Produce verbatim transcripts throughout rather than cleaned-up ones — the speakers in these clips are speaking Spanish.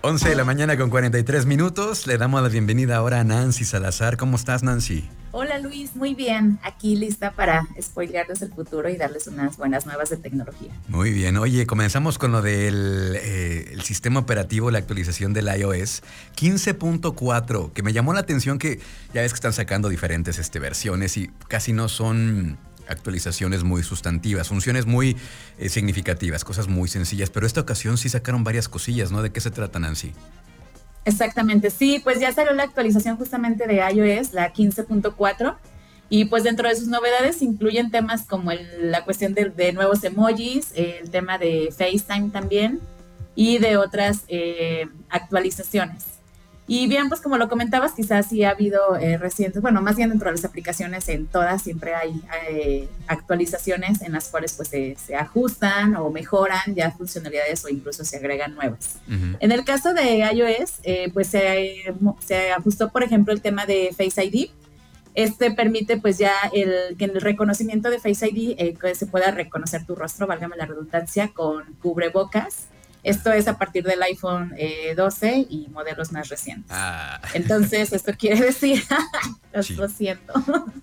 once de la mañana con cuarenta y tres minutos. Le damos la bienvenida ahora a Nancy Salazar. ¿Cómo estás, Nancy? Hola, Luis. Muy bien. Aquí lista para spoilearles el futuro y darles unas buenas nuevas de tecnología. Muy bien. Oye, comenzamos con lo del eh, el sistema operativo, la actualización del iOS quince punto cuatro, que me llamó la atención que ya ves que están sacando diferentes este, versiones y casi no son actualizaciones muy sustantivas, funciones muy eh, significativas, cosas muy sencillas, pero esta ocasión sí sacaron varias cosillas, ¿no? ¿De qué se trata, Nancy? Exactamente, sí, pues ya salió la actualización justamente de iOS, la quince punto cuatro, y pues dentro de sus novedades incluyen temas como el, la cuestión de, de nuevos emojis, el tema de FaceTime también, y de otras eh, actualizaciones. Y bien, pues como lo comentabas, quizás sí ha habido eh, recientes, bueno, más bien dentro de las aplicaciones, en todas siempre hay eh, actualizaciones en las cuales pues se, se ajustan o mejoran ya funcionalidades o incluso se agregan nuevas. Uh-huh. En el caso de iOS, eh, pues se, se ajustó, por ejemplo, el tema de Face I D. Este permite pues ya el, que en el reconocimiento de Face I D eh, que se pueda reconocer tu rostro, válgame la redundancia, con cubrebocas. Esto es a partir del iPhone eh, doce y modelos más recientes. Ah. Entonces, esto quiere decir, sí. Lo siento.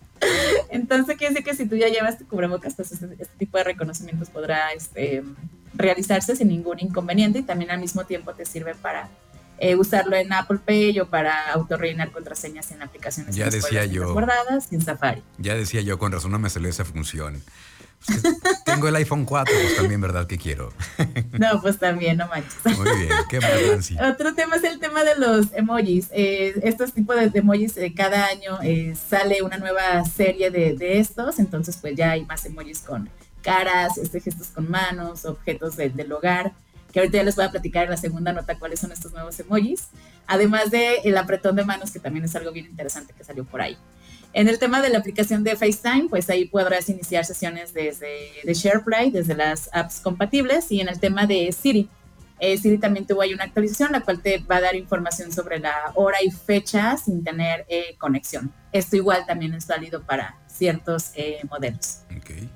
Entonces, quiere decir que si tú ya llevas tu cubrebocas, pues este, este tipo de reconocimientos podrá este, realizarse sin ningún inconveniente y también al mismo tiempo te sirve para eh, usarlo en Apple Pay o para autorrellenar contraseñas en aplicaciones ya decía yo, guardadas y en Safari. Ya decía yo, con razón no me salió esa función. Pues tengo el iPhone cuatro, pues también, ¿verdad? Que quiero. No, pues también, no manches. Muy bien, ¿qué más, Nancy? Otro tema es el tema de los emojis. Eh, estos tipos de emojis, eh, cada año eh, sale una nueva serie de, de estos, entonces pues ya hay más emojis con caras, este, gestos con manos, objetos de, del hogar, que ahorita ya les voy a platicar en la segunda nota cuáles son estos nuevos emojis, además de el apretón de manos, que también es algo bien interesante que salió por ahí. En el tema de la aplicación de FaceTime, pues ahí podrás iniciar sesiones desde de SharePlay, desde las apps compatibles. Y en el tema de Siri, eh, Siri también tuvo ahí una actualización, la cual te va a dar información sobre la hora y fecha sin tener eh, conexión. Esto igual también es válido para ciertos eh, modelos. Okay.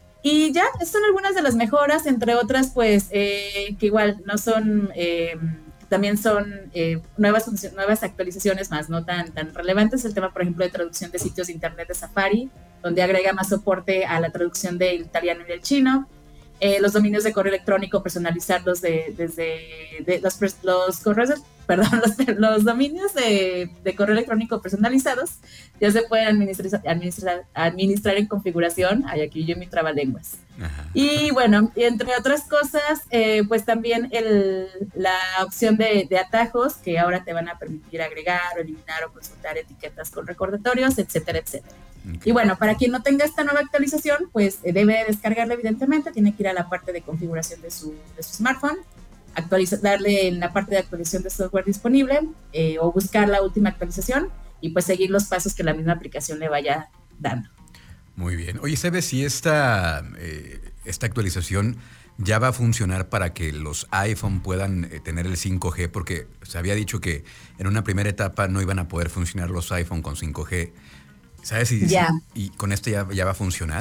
Y ya, estas son algunas de las mejoras, entre otras, pues, eh, que igual no son... Eh, También son eh, nuevas, nuevas actualizaciones más no tan, tan relevantes. El tema, por ejemplo, de traducción de sitios de internet de Safari, donde agrega más soporte a la traducción del italiano y del chino. Eh, los dominios de correo electrónico, personalizarlos de, desde de los, los correos, perdón, los, los dominios de, de correo electrónico personalizados ya se pueden administrar, administrar, administrar en configuración. Ay, aquí yo mi trabalenguas. Ajá. Y bueno, entre otras cosas, eh, pues también el, la opción de, de atajos que ahora te van a permitir agregar o eliminar o consultar etiquetas con recordatorios, etcétera, etcétera. Okay. Y bueno, para quien no tenga esta nueva actualización, pues eh, debe descargarla evidentemente, tiene que ir a la parte de configuración de su, de su smartphone, actualizar, darle en la parte de actualización de software disponible eh, o buscar la última actualización y pues seguir los pasos que la misma aplicación le vaya dando. Muy bien. Oye, ¿sabes si esta, eh, esta actualización ya va a funcionar para que los iPhone puedan eh, tener el cinco G? Porque se había dicho que en una primera etapa no iban a poder funcionar los iPhone con cinco G. ¿Sabes si, ya. si y con esto ya, ya va a funcionar?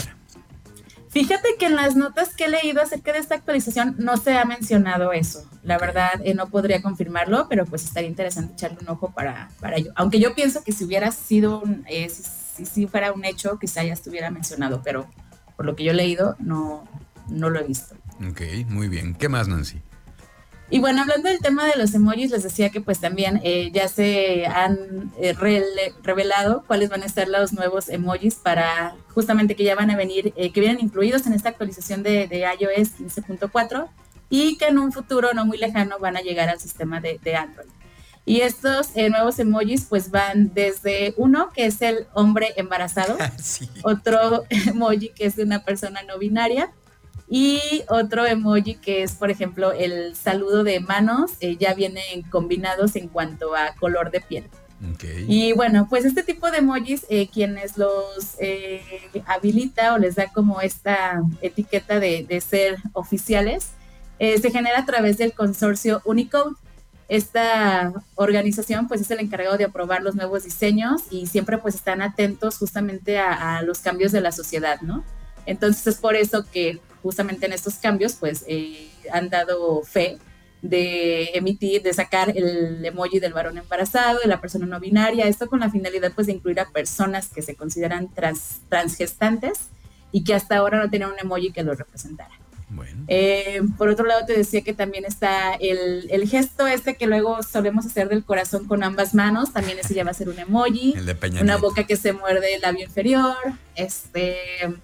Fíjate que en las notas que he leído acerca de esta actualización no se ha mencionado eso. La okay. verdad, eh, no podría confirmarlo, pero pues estaría interesante echarle un ojo para, para ello. Aunque yo pienso que si hubiera sido, un, eh, si, si, si fuera un hecho, quizá ya estuviera mencionado, pero por lo que yo he leído, no, no lo he visto. Ok, muy bien. ¿Qué más, Nancy? Y bueno, hablando del tema de los emojis, les decía que pues también eh, ya se han eh, re revelado cuáles van a estar los nuevos emojis para justamente que ya van a venir, eh, que vienen incluidos en esta actualización de, de iOS quince punto cuatro y que en un futuro no muy lejano van a llegar al sistema de, de Android. Y estos eh, nuevos emojis pues van desde uno que es el hombre embarazado, sí. Otro emoji que es de una persona no binaria, y otro emoji que es, por ejemplo, el saludo de manos, eh, ya vienen combinados en cuanto a color de piel. Okay. Y bueno, pues este tipo de emojis, eh, quienes los eh, habilita o les da como esta etiqueta de, de ser oficiales, eh, se genera a través del consorcio Unicode. Esta organización pues es el encargado de aprobar los nuevos diseños y siempre pues están atentos justamente a, a los cambios de la sociedad, ¿no? Entonces es por eso que justamente en estos cambios pues eh, han dado fe de emitir, de sacar el emoji del varón embarazado, de la persona no binaria, esto con la finalidad pues de incluir a personas que se consideran trans, transgestantes y que hasta ahora no tenían un emoji que lo representara. Bueno. Eh, por otro lado te decía que también está el, el gesto este que luego solemos hacer del corazón con ambas manos, también ese ya va a ser un emoji, el de Peña una Nieto. boca que se muerde el labio inferior, este...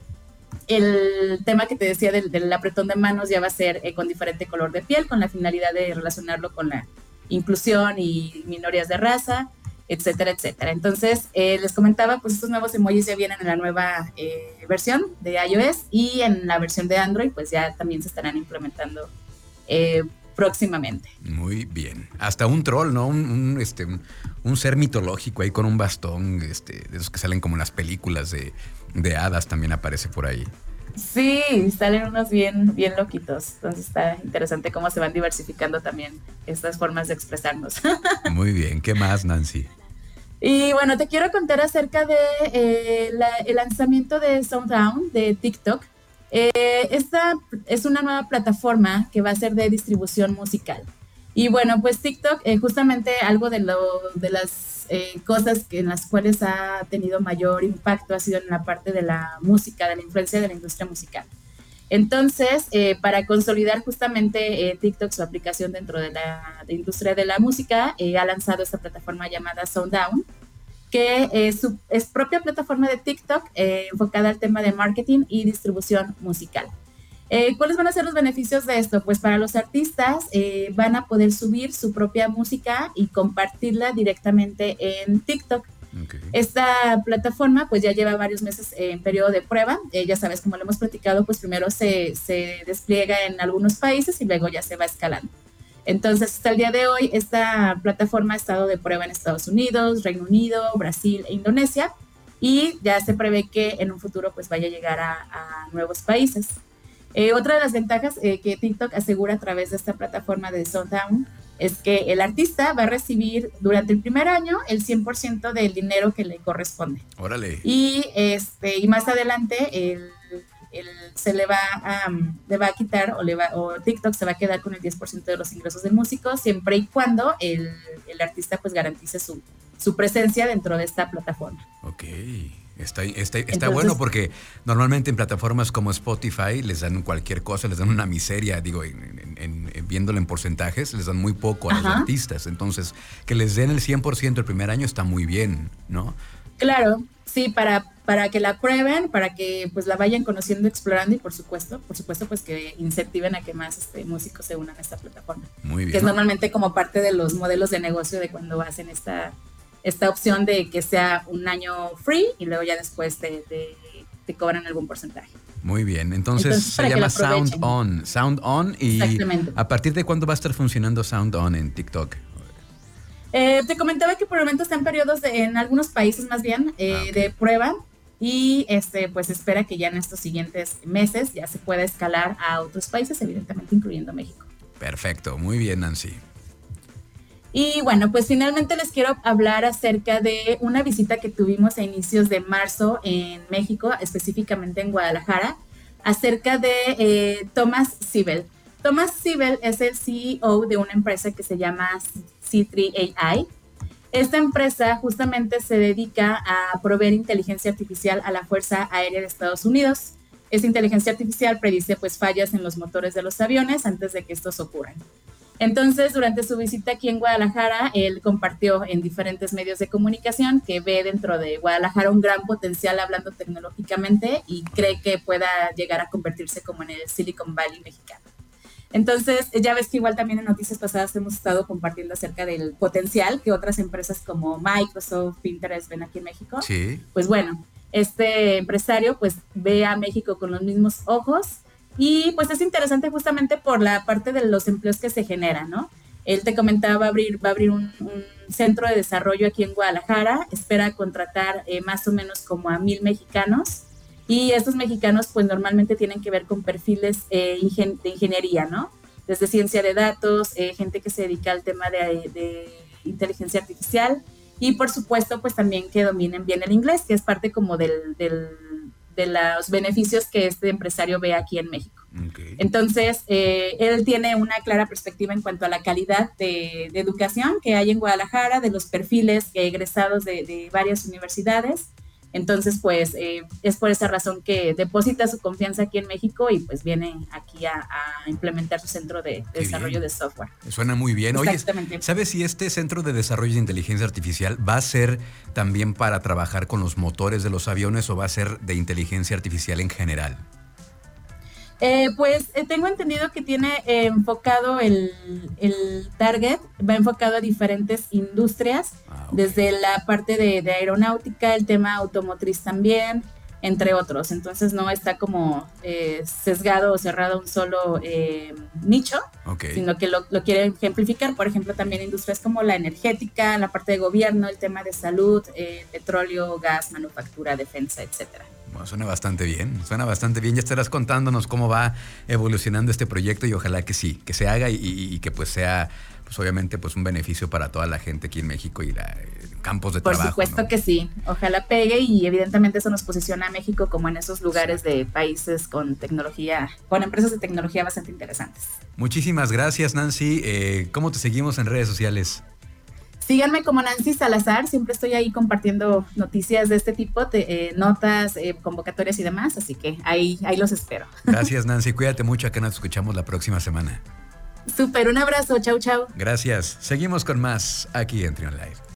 El tema que te decía del, del apretón de manos ya va a ser eh, con diferente color de piel, con la finalidad de relacionarlo con la inclusión y minorías de raza, etcétera, etcétera. Entonces, eh, les comentaba, pues estos nuevos emojis ya vienen en la nueva eh, versión de iOS y en la versión de Android, pues ya también se estarán implementando eh, próximamente. Muy bien. Hasta un troll, ¿no? Un, un, este, un, un ser mitológico ahí con un bastón, este, de esos que salen como en las películas de, de hadas, también aparece por ahí. Sí, salen unos bien, bien loquitos. Entonces está interesante cómo se van diversificando también estas formas de expresarnos. Muy bien. ¿Qué más, Nancy? Y bueno, te quiero contar acerca de eh, la, el lanzamiento de SoundHound de TikTok. Eh, esta es una nueva plataforma que va a ser de distribución musical. Y bueno, pues TikTok, eh, justamente algo de, lo, de las eh, cosas que en las cuales ha tenido mayor impacto ha sido en la parte de la música, de la influencia de la industria musical. Entonces, eh, para consolidar justamente eh, TikTok, su aplicación dentro de la de industria de la música, eh, ha lanzado esta plataforma llamada SoundHound, que eh, su, es propia plataforma de TikTok eh, enfocada al tema de marketing y distribución musical. Eh, ¿Cuáles van a ser los beneficios de esto? Pues para los artistas eh, van a poder subir su propia música y compartirla directamente en TikTok. Okay. Esta plataforma pues ya lleva varios meses en periodo de prueba. Eh, ya sabes, como lo hemos platicado, pues primero se, se despliega en algunos países y luego ya se va escalando. Entonces, hasta el día de hoy, esta plataforma ha estado de prueba en Estados Unidos, Reino Unido, Brasil e Indonesia, y ya se prevé que en un futuro pues vaya a llegar a, a nuevos países. Eh, otra de las ventajas eh, que TikTok asegura a través de esta plataforma de SoundHound es que el artista va a recibir durante el primer año el cien por ciento del dinero que le corresponde. Órale. Y, este, y más adelante el, el, se le va, a, um, le va a quitar o, le va, o TikTok se va a quedar con el diez por ciento de los ingresos del músico siempre y cuando el, el artista pues garantice su, su presencia dentro de esta plataforma. Ok. Está, está, está Entonces, bueno porque normalmente en plataformas como Spotify les dan cualquier cosa, les dan una miseria, digo, en, en, en, viéndolo en porcentajes, les dan muy poco a ajá. los artistas. Entonces, que les den el cien por ciento el primer año está muy bien, ¿no? Claro, sí, para, para que la prueben, para que pues la vayan conociendo, explorando y por supuesto, por supuesto pues que incentiven a que más este, músicos se unan a esta plataforma. Muy bien. Que es normalmente como parte de los modelos de negocio de cuando hacen esta... esta opción de que sea un año free y luego ya después te, te, te cobran algún porcentaje. Muy bien, entonces, entonces se llama Sound On, Sound On y ¿a partir de cuándo va a estar funcionando Sound On en TikTok? Eh, te comentaba que por el momento está en periodos de, en algunos países más bien eh, ah, okay. de prueba y este pues espera que ya en estos siguientes meses ya se pueda escalar a otros países, evidentemente incluyendo México. Perfecto, muy bien, Nancy. Y bueno, pues finalmente les quiero hablar acerca de una visita que tuvimos a inicios de marzo en México, específicamente en Guadalajara, acerca de eh, Thomas Sibel. Thomas Sibel es el C E O de una empresa que se llama C tres A I. Esta empresa justamente se dedica a proveer inteligencia artificial a la Fuerza Aérea de Estados Unidos. Esta inteligencia artificial predice pues fallas en los motores de los aviones antes de que estos ocurran. Entonces, durante su visita aquí en Guadalajara, él compartió en diferentes medios de comunicación que ve dentro de Guadalajara un gran potencial hablando tecnológicamente y cree que pueda llegar a convertirse como en el Silicon Valley mexicano. Entonces, ya ves que igual también en noticias pasadas hemos estado compartiendo acerca del potencial que otras empresas como Microsoft, Pinterest ven aquí en México. Sí. Pues bueno, este empresario pues ve a México con los mismos ojos. Y pues es interesante justamente por la parte de los empleos que se generan, ¿no? Él te comentaba, va a abrir, va a abrir un, un centro de desarrollo aquí en Guadalajara, espera contratar eh, más o menos como a mil mexicanos, y estos mexicanos pues normalmente tienen que ver con perfiles eh, ingen- de ingeniería, ¿no? Desde ciencia de datos, eh, gente que se dedica al tema de, de inteligencia artificial, y por supuesto pues también que dominen bien el inglés, que es parte como del... del de los beneficios que este empresario ve aquí en México. Okay. Entonces, eh, él tiene una clara perspectiva en cuanto a la calidad de, de educación que hay en Guadalajara, de los perfiles egresados de, de varias universidades. Entonces, pues, eh, es por esa razón que deposita su confianza aquí en México y pues viene aquí a, a implementar su centro de, de desarrollo bien. de software. Suena muy bien. Oye, ¿sabes si este centro de desarrollo de inteligencia artificial va a ser también para trabajar con los motores de los aviones o va a ser de inteligencia artificial en general? Eh, pues eh, tengo entendido que tiene eh, enfocado el, el target, va enfocado a diferentes industrias, ah, okay. desde la parte de, de aeronáutica, el tema automotriz también, entre otros. Entonces no está como eh, sesgado o cerrado a un solo eh, nicho, okay. sino que lo, lo quiere ejemplificar, por ejemplo, también industrias como la energética, la parte de gobierno, el tema de salud, eh, petróleo, gas, manufactura, defensa, etcétera. Bueno, suena bastante bien, suena bastante bien. Ya estarás contándonos cómo va evolucionando este proyecto y ojalá que sí, que se haga y, y, y que pues sea, pues obviamente, pues un beneficio para toda la gente aquí en México y la, eh, campos de Por trabajo. Por supuesto, ¿no? que sí, ojalá pegue y evidentemente eso nos posiciona a México como en esos lugares Exacto. de países con tecnología, con empresas de tecnología bastante interesantes. Muchísimas gracias, Nancy. Eh, ¿Cómo te seguimos en redes sociales? Síganme como Nancy Salazar, siempre estoy ahí compartiendo noticias de este tipo, de, eh, notas, eh, convocatorias y demás, así que ahí, ahí los espero. Gracias, Nancy, cuídate mucho, acá nos escuchamos la próxima semana. Súper, un abrazo, chau, chau. Gracias, seguimos con más aquí en Trion Live.